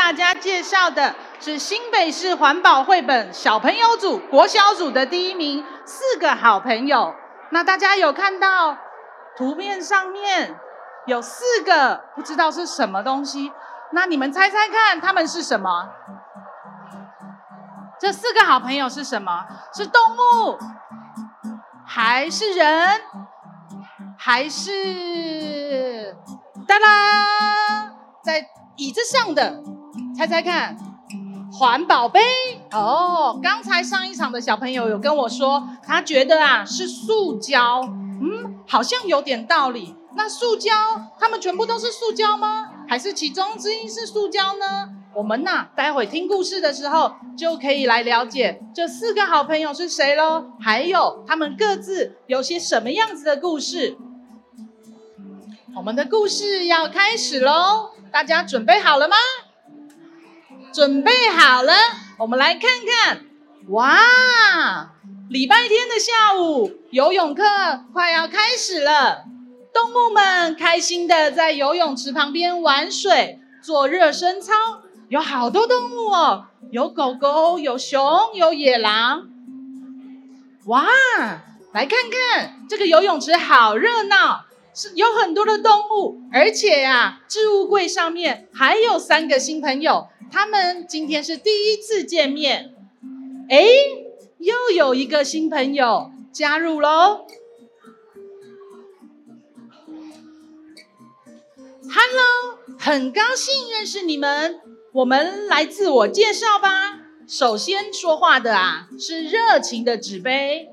大家介绍的是新北市环保绘本小朋友组国小组的第1名4个好朋友。那大家有看到图片上面有4个不知道是什么东西，那你们猜猜看他们是什么？这4个好朋友是什么？是动物还是人还是哒啦在椅子上的？猜猜看，环保杯哦。刚才上一场的小朋友有跟我说，他觉得是塑胶，好像有点道理。那塑胶，他们全部都是塑胶吗？还是其中之一是塑胶呢？我们待会听故事的时候就可以来了解这4个好朋友是谁咯，还有他们各自有些什么样子的故事。我们的故事要开始咯，大家准备好了吗？准备好了，我们来看看。哇，礼拜天的下午，游泳课快要开始了。动物们开心的在游泳池旁边玩水，做热身操。有好多动物哦，有狗狗，有熊，有野狼。哇，来看看这个游泳池好热闹，是有很多的动物，而且置物柜上面还有3个新朋友，他们今天是第一次见面。又有一个新朋友加入咯。Hello， 很高兴认识你们，我们来自我介绍吧。首先说话的是热情的纸杯。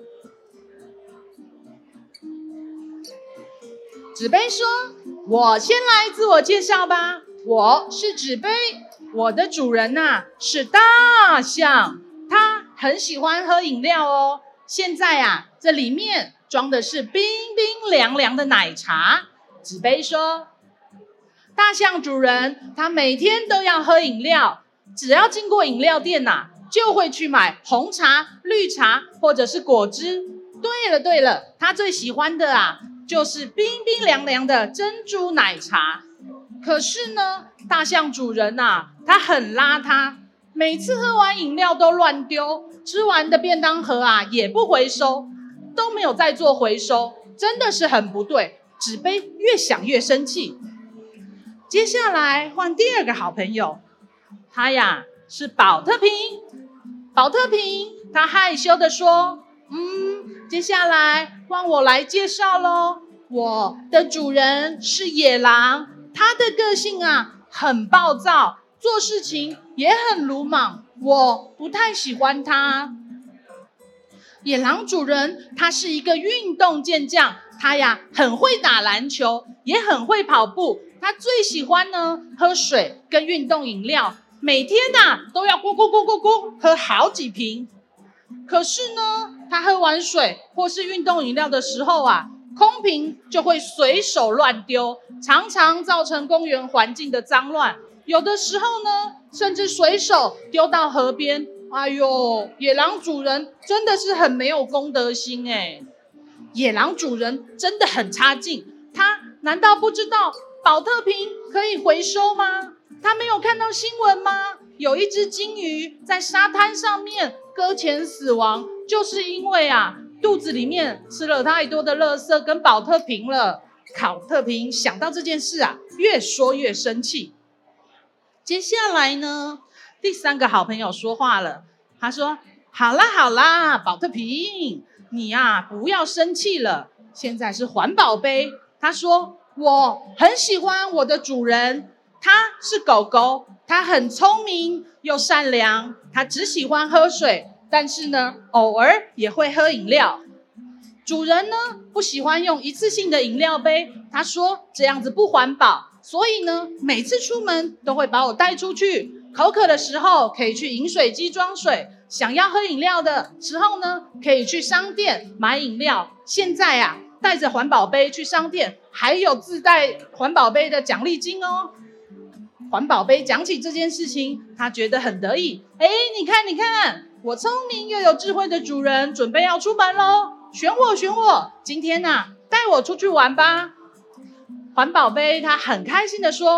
纸杯说，我先来自我介绍吧，我是纸杯，我的主人是大象，他很喜欢喝饮料哦。现在这里面装的是冰冰凉凉的奶茶。纸杯说，大象主人他每天都要喝饮料，只要经过饮料店就会去买红茶、绿茶或者是果汁。对了，他最喜欢的就是冰冰凉凉的珍珠奶茶。可是呢，大象主人他很邋遢，每次喝完饮料都乱丢，吃完的便当盒也不回收，都没有再做回收，真的是很不对。纸杯越想越生气。接下来换第2个好朋友，他是宝特瓶。宝特瓶他害羞的说，接下来换我来介绍咯。我的主人是野狼，他的个性很暴躁，做事情也很鲁莽，我不太喜欢他。野狼主人他是一个运动健将，他很会打篮球，也很会跑步，他最喜欢呢喝水跟运动饮料，每天都要咕咕咕咕咕喝好几瓶。可是呢，他喝完水或是运动饮料的时候空瓶就会随手乱丢，常常造成公园环境的脏乱。有的时候呢，甚至随手丢到河边。野狼主人真的是很没有公德心野狼主人真的很差劲，他难道不知道宝特瓶可以回收吗？他没有看到新闻吗？有一只金鱼在沙滩上面搁浅死亡，就是因为肚子里面吃了太多的垃圾跟宝特瓶了。宝特瓶想到这件事越说越生气。接下来呢，第3个好朋友说话了，他说，好啦，宝特瓶，你不要生气了，现在是环保杯。他说，我很喜欢我的主人，他是狗狗，他很聪明又善良，他只喜欢喝水，但是呢，偶尔也会喝饮料。主人呢，不喜欢用一次性的饮料杯，他说这样子不环保，所以呢，每次出门都会把我带出去，口渴的时候可以去饮水机装水，想要喝饮料的时候呢，可以去商店买饮料。现在带着环保杯去商店，还有自带环保杯的奖励金哦。环保杯讲起这件事情，他觉得很得意。你看，我聪明又有智慧的主人准备要出门咯，选我，今天带我出去玩吧。环保杯他很开心的说，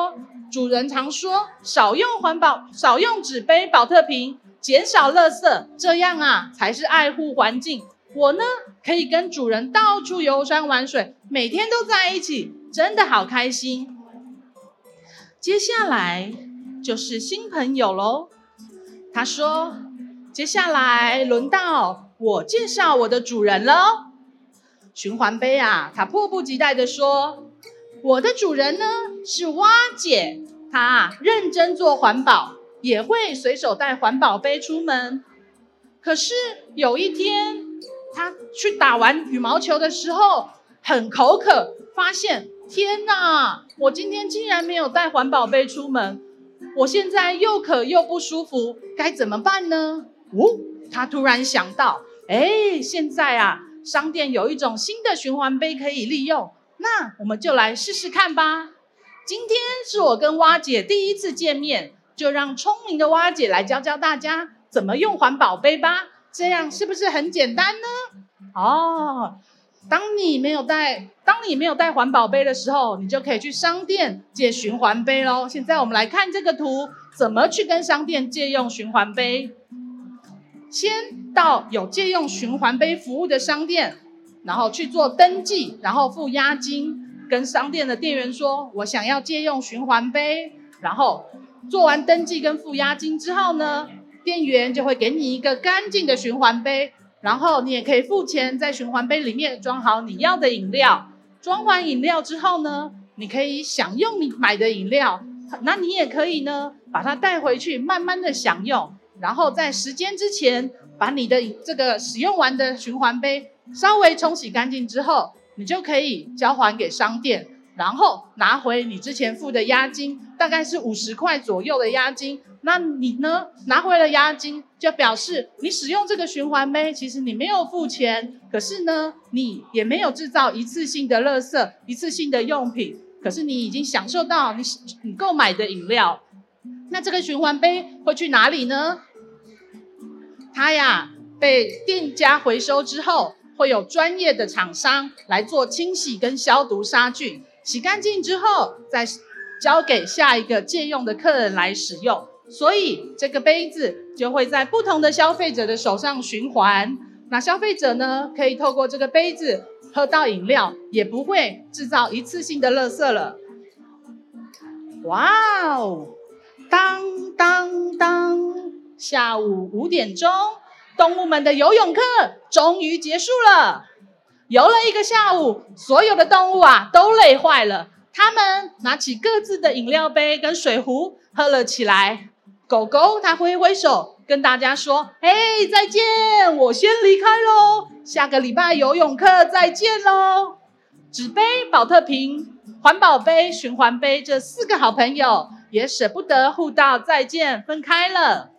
主人常说少用纸杯、保特瓶，减少垃圾，这样啊才是爱护环境。我呢可以跟主人到处游山玩水，每天都在一起，真的好开心。接下来就是新朋友咯。他说，接下来轮到我介绍我的主人咯。循环杯啊，他迫不及待地说，我的主人呢是蛙姐，她认真做环保，也会随手带环保杯出门。可是有一天，她去打完羽毛球的时候很口渴，发现天哪，我今天竟然没有带环保杯出门，我现在又渴又不舒服，该怎么办呢？她突然想到，现在啊，商店有一种新的循环杯可以利用，那我们就来试试看吧。今天是我跟蛙姐第一次见面，就让聪明的蛙姐来教教大家怎么用环保杯吧，这样是不是很简单呢？当你没有带环保杯的时候，你就可以去商店借循环杯咯。现在我们来看这个图，怎么去跟商店借用循环杯。先到有借用循环杯服务的商店，然后去做登记，然后付押金，跟商店的店员说我想要借用循环杯，然后做完登记跟付押金之后呢，店员就会给你一个干净的循环杯，然后你也可以付钱，在循环杯里面装好你要的饮料。装完饮料之后呢，你可以享用你买的饮料，那你也可以呢把它带回去慢慢的享用，然后在时间之前把你的这个使用完的循环杯稍微冲洗干净之后，你就可以交还给商店，然后拿回你之前付的押金，大概是50块左右的押金。那你呢拿回了押金，就表示你使用这个循环杯，其实你没有付钱，可是呢你也没有制造一次性的垃圾、一次性的用品，可是你已经享受到你购买的饮料。那这个循环杯会去哪里呢？它呀被店家回收之后，会有专业的厂商来做清洗跟消毒杀菌，洗干净之后再交给下一个借用的客人来使用，所以这个杯子就会在不同的消费者的手上循环。那消费者呢可以透过这个杯子喝到饮料，也不会制造一次性的垃圾了。哇哦，当当当，下午5点钟，动物们的游泳课终于结束了。游了一个下午，所有的动物啊都累坏了，他们拿起各自的饮料杯跟水壶喝了起来。狗狗它挥挥手跟大家说，再见，我先离开咯，下个礼拜游泳课再见咯。纸杯、保特瓶、环保杯、循环杯这4个好朋友也舍不得互道再见，分开了。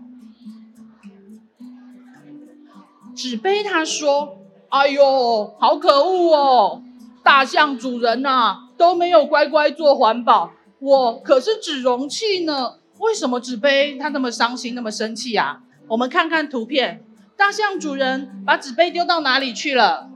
纸杯他说，哎呦，好可恶哦，大象主人啊都没有乖乖做环保，我可是纸容器呢，为什么纸杯他那么伤心那么生气啊？我们看看图片，大象主人把纸杯丢到哪里去了？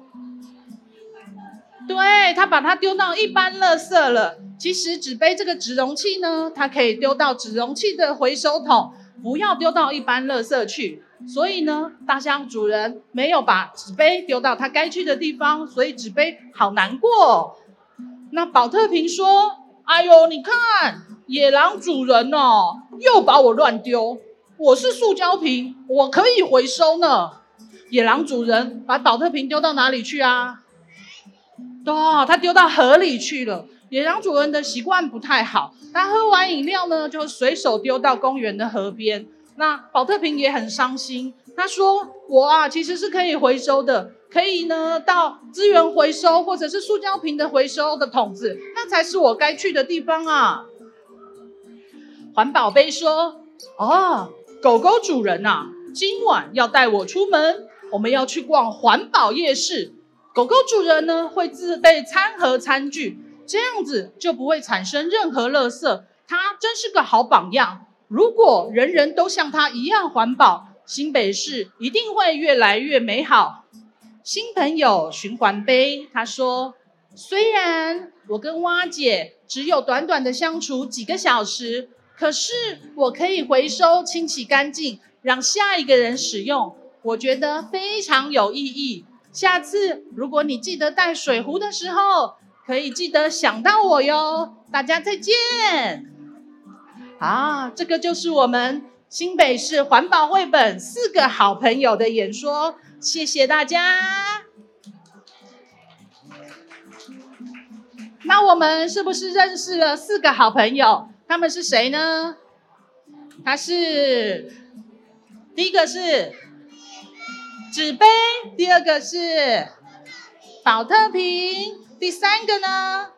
对，他把它丢到一般垃圾了。其实纸杯这个纸容器呢，它可以丢到纸容器的回收桶，不要丢到一般垃圾去。所以呢，大象主人没有把纸杯丢到它该去的地方，所以纸杯好难过。那宝特瓶说，哎呦，你看，野狼主人哦，又把我乱丢，我是塑胶瓶，我可以回收呢。野狼主人把宝特瓶丢到哪里去啊？他丢到河里去了。野狼主人的习惯不太好，他喝完饮料呢，就随手丢到公园的河边。那宝特瓶也很伤心，他说，我啊其实是可以回收的，可以呢到资源回收或者是塑胶瓶的回收的桶子，那才是我该去的地方啊。环保杯说，狗狗主人啊，今晚要带我出门，我们要去逛环保夜市。狗狗主人呢会自备餐盒餐具，这样子就不会产生任何垃圾，他真是个好榜样。如果人人都像他一样环保，新北市一定会越来越美好。新朋友循环杯他说， 虽然我跟蛙姐只有短短的相处几个小时，可是我可以回收清洗干净，让下一个人使用，我觉得非常有意义。下次如果你记得带水壶的时候，可以记得想到我哟。大家再见。这个就是我们新北市环保绘本4个好朋友的演说，谢谢大家。那我们是不是认识了4个好朋友？他们是谁呢？第一个是纸杯，第二个是宝特瓶，第三个呢？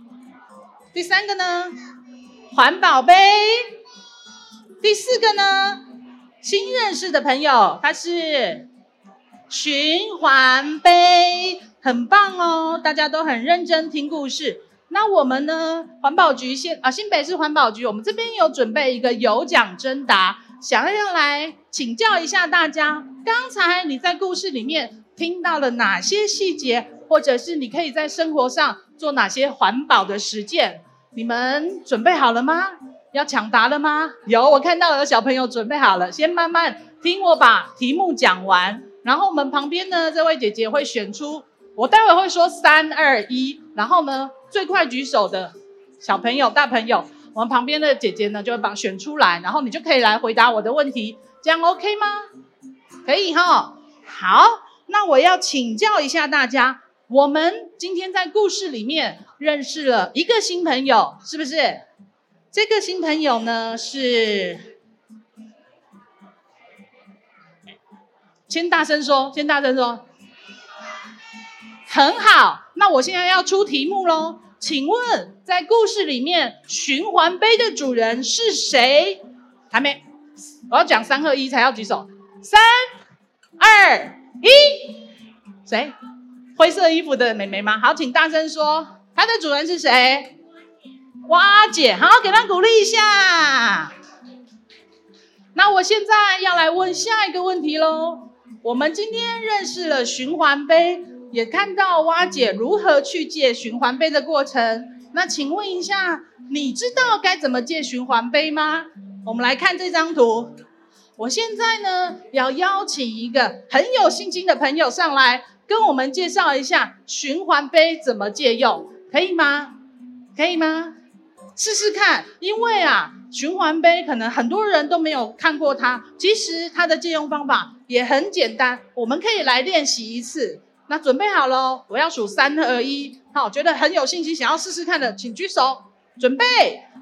环保杯。第4个呢？新认识的朋友，它是循环杯，很棒哦，大家都很认真听故事。那我们呢？环保局新北市环保局，我们这边有准备一个有奖征答，想要来请教一下大家，刚才你在故事里面听到了哪些细节，或者是你可以在生活上做哪些环保的实践？你们准备好了吗？要抢答了吗？有，我看到有小朋友准备好了，先慢慢听我把题目讲完，然后我们旁边呢，这位姐姐会选出，我待会会说3、2、1，然后呢，最快举手的小朋友、大朋友，我们旁边的姐姐呢就会选出来，然后你就可以来回答我的问题，这样 OK 吗？可以齁。好，那我要请教一下大家，我们今天在故事里面认识了一个新朋友，是不是？这个新朋友呢是，先大声说，很好。那我现在要出题目咯，请问在故事里面循环杯的主人是谁？还没，我要讲3、2、1才要举手。3、2、1，谁？灰色衣服的妹妹吗？好，请大声说，它的主人是谁？蛙姐，好，给她鼓励一下。那我现在要来问下一个问题咯。我们今天认识了循环杯，也看到蛙姐如何去借循环杯的过程。那请问一下，你知道该怎么借循环杯吗？我们来看这张图。我现在呢，要邀请一个很有信心的朋友上来，跟我们介绍一下循环杯怎么借用，可以吗？可以吗？试试看，因为循环杯可能很多人都没有看过它，其实它的借用方法也很简单，我们可以来练习一次。那准备好了，我要数3、2、1，好，觉得很有信心想要试试看的，请举手。准备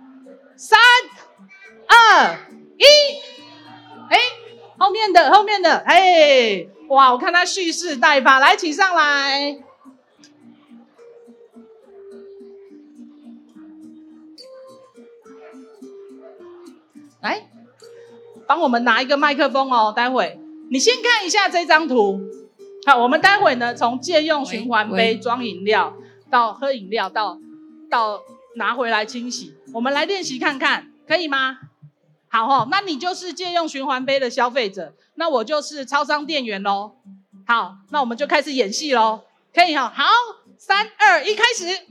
，3、2、1，后面的，哇，我看他蓄势待发，来，请上来。来，帮我们拿一个麦克风哦，待会你先看一下这张图。好，我们待会呢，从借用循环杯装饮料到喝饮料到拿回来清洗，我们来练习看看，可以吗？好哦，那你就是借用循环杯的消费者，那我就是超商店员咯。好，那我们就开始演戏咯，可以哦。好，3、2、1，开始。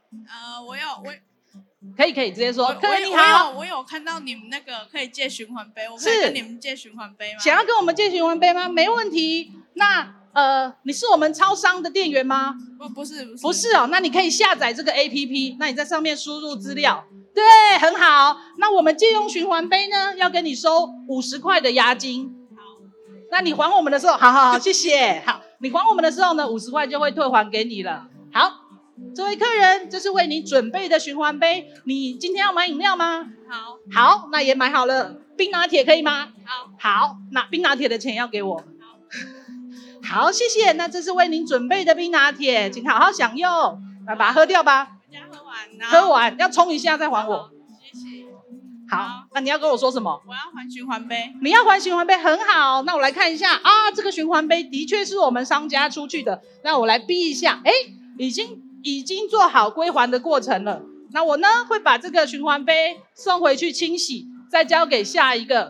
可以直接说。客人你好， 我有看到你们那个可以借循环杯，我可以跟你们借循环杯吗？ 想要跟我们借循环杯吗？没问题。那你是我们超商的店员吗？ 不是哦，那你可以下载这个 APP， 那你在上面输入资料。对，很好。那我们借用循环杯呢，要跟你收50块的押金。 好， 那你还我们的时候，好，谢谢。好，你还我们的时候呢，50块就会退还给你了。好。这位客人，这是为你准备的循环杯，你今天要买饮料吗？好，那也买好了。冰拿铁可以吗？好，那冰拿铁的钱要给我。好，谢谢。那这是为您准备的冰拿铁，请好好享用。来把它喝掉吧。喝完要冲一下再还我。 谢谢。 好，那你要跟我说什么？ 我要还循环杯。 你要还循环杯，很好。那我来看一下这个循环杯的确是我们商家出去的。那我来逼一下，已经做好归还的过程了。那我呢会把这个循环杯送回去清洗，再交给下一个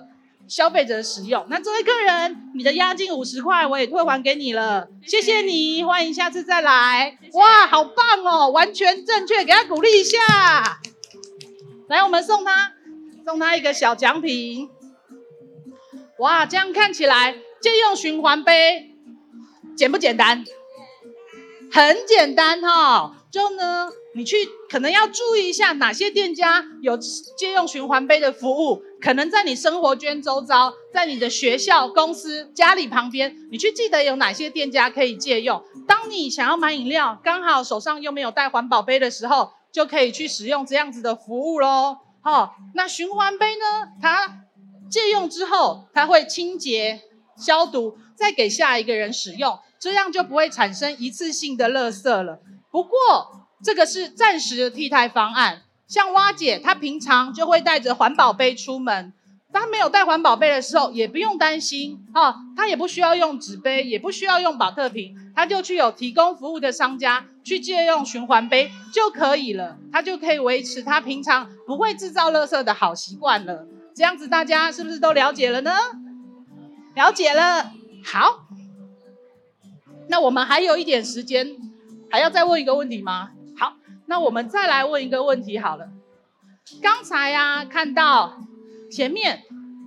消费者使用。那这位客人，你的押金50块我也退还给你了，谢谢你，欢迎下次再来。哇，好棒哦，完全正确，给他鼓励一下。来，我们送他一个小奖品。哇，这样看起来借用循环杯简不简单？很简单齁。就呢，你去可能要注意一下哪些店家有借用循环杯的服务，可能在你生活圈周遭，在你的学校、公司、家里旁边，你去记得有哪些店家可以借用。当你想要买饮料，刚好手上又没有带环保杯的时候，就可以去使用这样子的服务咯。那循环杯呢，它借用之后，它会清洁、消毒，再给下一个人使用，这样就不会产生一次性的垃圾了。不过这个是暂时的替代方案，像蛙姐她平常就会带着环保杯出门，她没有带环保杯的时候也不用担心她也不需要用纸杯，也不需要用保特瓶，她就去有提供服务的商家去借用循环杯就可以了，她就可以维持她平常不会制造垃圾的好习惯了。这样子大家是不是都了解了呢？了解了。好，那我们还有一点时间，还要再问一个问题吗？好，那我们再来问一个问题好了。刚才看到前面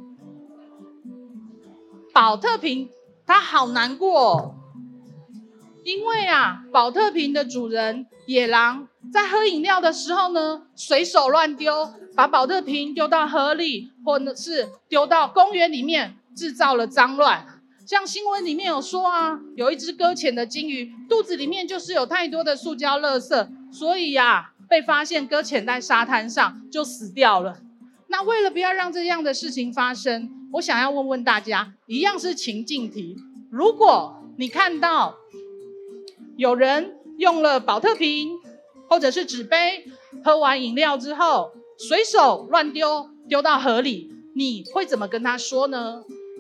保特瓶他好难过因为保特瓶的主人野狼在喝饮料的时候呢，随手乱丢，把保特瓶丢到河里，或者是丢到公园里面，制造了脏乱。像新闻里面有说有一只搁浅的金鱼，肚子里面就是有太多的塑胶垃圾，所以被发现搁浅在沙滩上就死掉了。那为了不要让这样的事情发生，我想要问问大家，一样是情境题，如果你看到有人用了保特瓶或者是纸杯，喝完饮料之后随手乱丢到河里，你会怎么跟他说呢？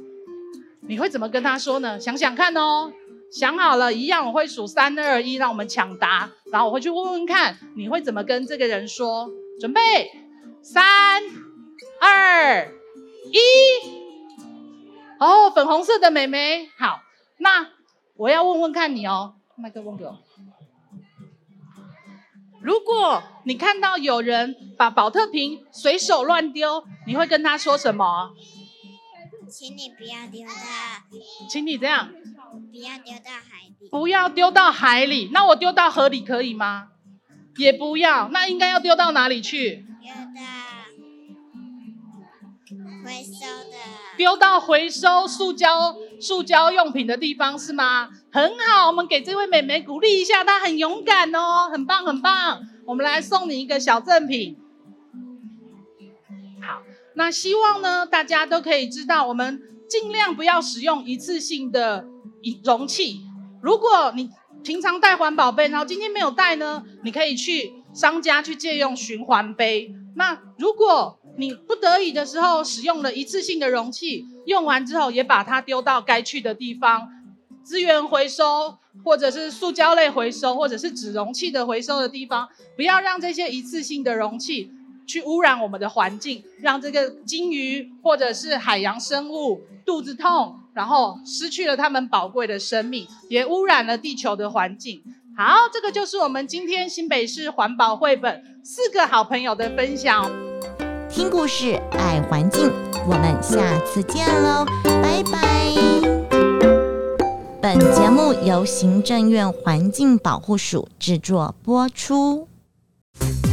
想想看哦。想好了，一样我会数3、2、1，让我们抢答，然后我会去问问看你会怎么跟这个人说。准备3、2、1。粉红色的妹妹。好，那我要问问看你哦，麦克风给我。如果你看到有人把保特瓶随手乱丢，你会跟他说什么？ 请你不要丢到， 请你这样， 不要丢到海里， 不要丢到海里。那我丢到河里可以吗？也不要。那应该要丢到哪里去？丢到回收塑胶用品的地方是吗？很好，我们给这位妹妹鼓励一下，她很勇敢哦，很棒很棒。我们来送你一个小赠品。好，那希望呢大家都可以知道，我们尽量不要使用一次性的容器。如果你平常带环保杯，然后今天没有带呢，你可以去商家去借用循环杯。那如果你不得已的时候使用了一次性的容器，用完之后也把它丢到该去的地方，资源回收或者是塑胶类回收或者是纸容器的回收的地方，不要让这些一次性的容器去污染我们的环境，让这个鲸鱼或者是海洋生物肚子痛，然后失去了他们宝贵的生命，也污染了地球的环境。好，这个就是我们今天新北市环保绘本4个好朋友的分享。 听故事爱环境，我们下次见喽，拜拜。本节目由行政院环境保护署制作播出。